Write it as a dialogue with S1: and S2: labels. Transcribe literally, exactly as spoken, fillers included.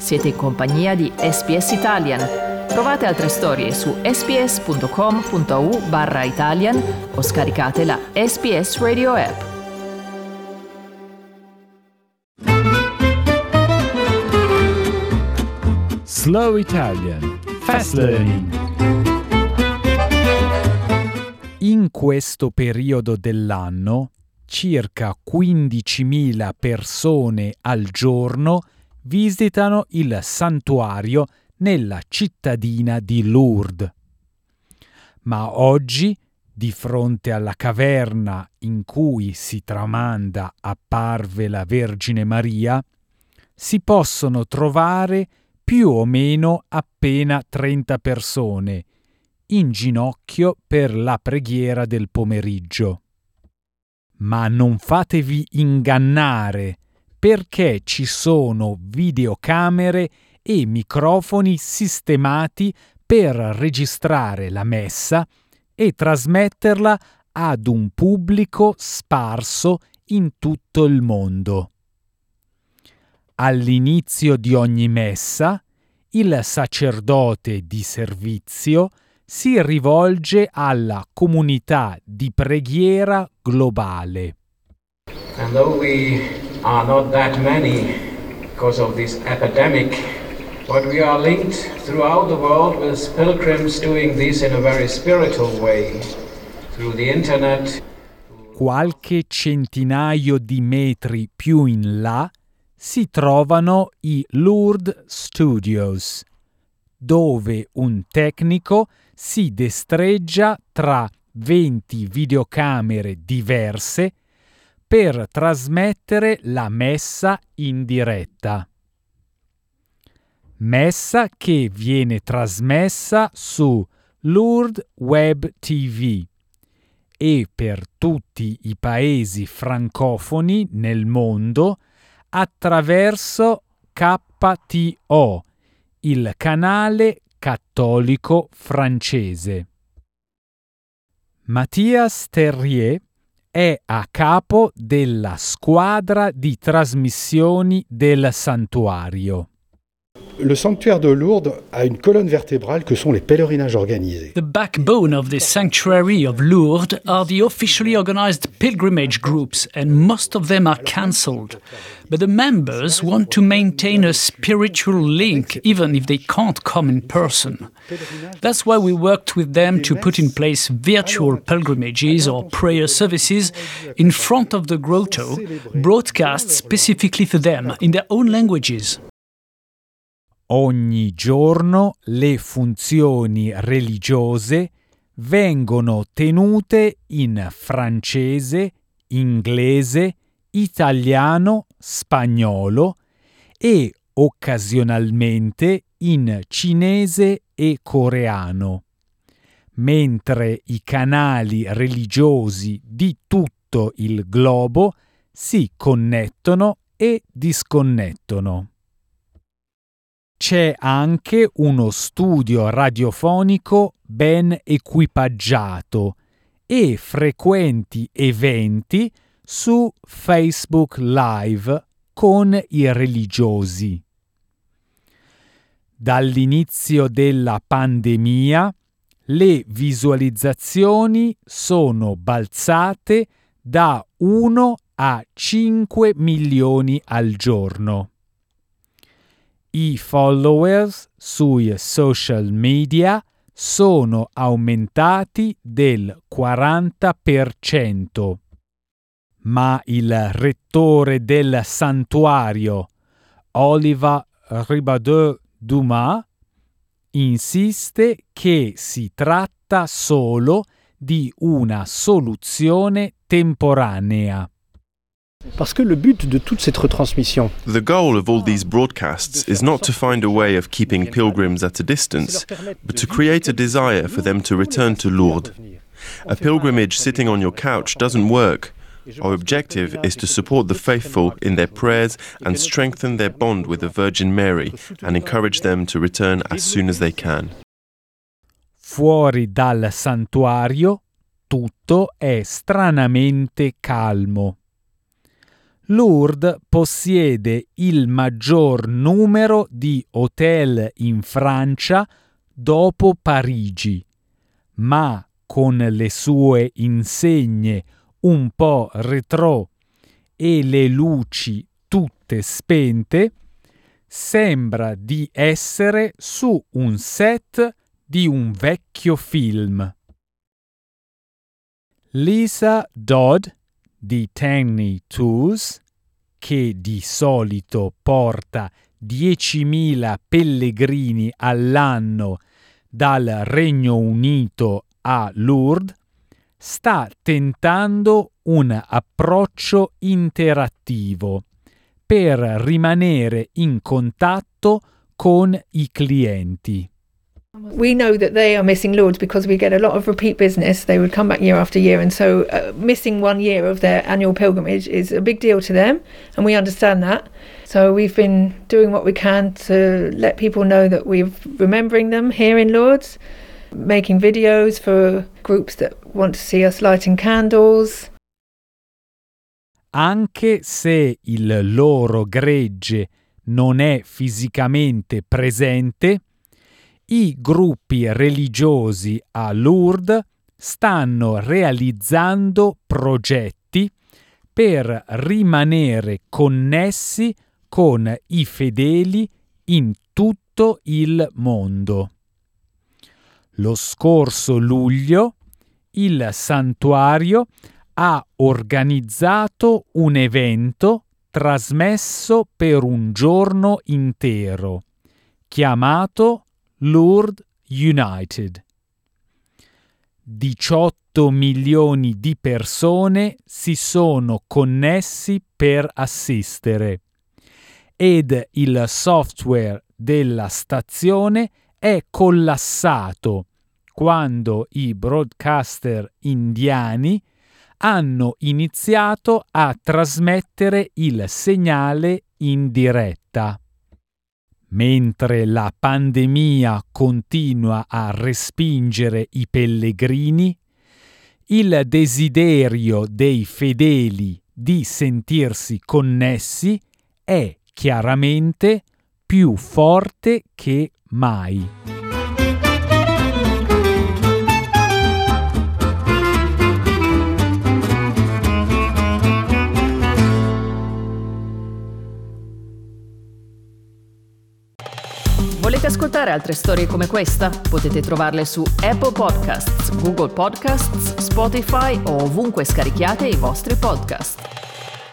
S1: Siete in compagnia di S B S Italian. Trovate altre storie su sbs.com.au barra Italian o scaricate la S B S Radio app.
S2: Slow Italian Fast Learning. In questo periodo dell'anno, circa quindicimila persone al giorno visitano il santuario nella cittadina di Lourdes. Ma oggi, di fronte alla caverna in cui si tramanda apparve la Vergine Maria, si possono trovare più o meno appena trenta persone in ginocchio per la preghiera del pomeriggio. Ma non fatevi ingannare, perché ci sono videocamere e microfoni sistemati per registrare la messa e trasmetterla ad un pubblico sparso in tutto il mondo. All'inizio di ogni messa, il sacerdote di servizio si rivolge alla comunità di preghiera globale.
S3: And though we are not that many because of this epidemic, but we are linked throughout the world with pilgrims doing this in a very spiritual way, through the internet.
S2: Qualche centinaio di metri più in là si trovano i Lourdes Studios, dove un tecnico si destreggia tra venti videocamere diverse per trasmettere la messa in diretta. Messa che viene trasmessa su Lourdes Web T V e per tutti i paesi francofoni nel mondo attraverso K T O, il canale cattolico francese. Mathias Terrier è a capo della squadra di trasmissioni del santuario.
S4: Le sanctuaire de Lourdes a une colonne vertébrale que sont les pèlerinages organisés.
S5: The backbone of the sanctuary of Lourdes are the officially organized pilgrimage groups, and most of them are cancelled. But the members want to maintain a spiritual link even if they can't come in person. That's why we worked with them to put in place virtual pilgrimages or prayer services in front of the grotto, broadcast specifically for them in their own languages.
S2: Ogni giorno le funzioni religiose vengono tenute in francese, inglese, italiano, spagnolo e occasionalmente in cinese e coreano, mentre i canali religiosi di tutto il globo si connettono e disconnettono. C'è anche uno studio radiofonico ben equipaggiato e frequenti eventi su Facebook Live con i religiosi. Dall'inizio della pandemia, le visualizzazioni sono balzate da uno a cinque milioni al giorno. I followers sui social media sono aumentati del quaranta per cento, ma il rettore del santuario, Oliver Ribadeux-Dumas, insiste che si tratta solo di una soluzione temporanea.
S4: Parce que le but de toute cette retransmission,
S6: The goal of all these broadcasts is not to find a way of keeping pilgrims at a distance, but to create a desire for them to return to Lourdes. A pilgrimage sitting on your couch doesn't work. Our objective is to support the faithful in their prayers and strengthen their bond with the Virgin Mary and encourage them to return as soon as they can.
S2: Fuori dal santuario tutto è stranamente calmo. Lourdes possiede il maggior numero di hotel in Francia dopo Parigi, ma con le sue insegne un po' rétro e le luci tutte spente, sembra di essere su un set di un vecchio film. Lisa Dodd di Tenney Tours, che di solito porta diecimila pellegrini all'anno dal Regno Unito a Lourdes, sta tentando un approccio interattivo per rimanere in contatto con i clienti.
S7: We know that they are missing Lourdes because we get a lot of repeat business. They would come back year after year, and so uh, missing one year of their annual pilgrimage is a big deal to them, and we understand that. So we've been doing what we can to let people know that we're remembering them here in Lourdes, making videos for groups that want to see us lighting candles.
S2: Anche se il loro gregge non è fisicamente presente, i gruppi religiosi a Lourdes stanno realizzando progetti per rimanere connessi con i fedeli in tutto il mondo. Lo scorso luglio il santuario ha organizzato un evento trasmesso per un giorno intero, chiamato Lourdes United. diciotto milioni di persone si sono connessi per assistere ed il software della stazione è collassato quando i broadcaster indiani hanno iniziato a trasmettere il segnale in diretta. Mentre la pandemia continua a respingere i pellegrini, il desiderio dei fedeli di sentirsi connessi è chiaramente più forte che mai.
S1: Volete ascoltare altre storie come questa? Potete trovarle su Apple Podcasts, Google Podcasts, Spotify o ovunque scarichiate i vostri podcast.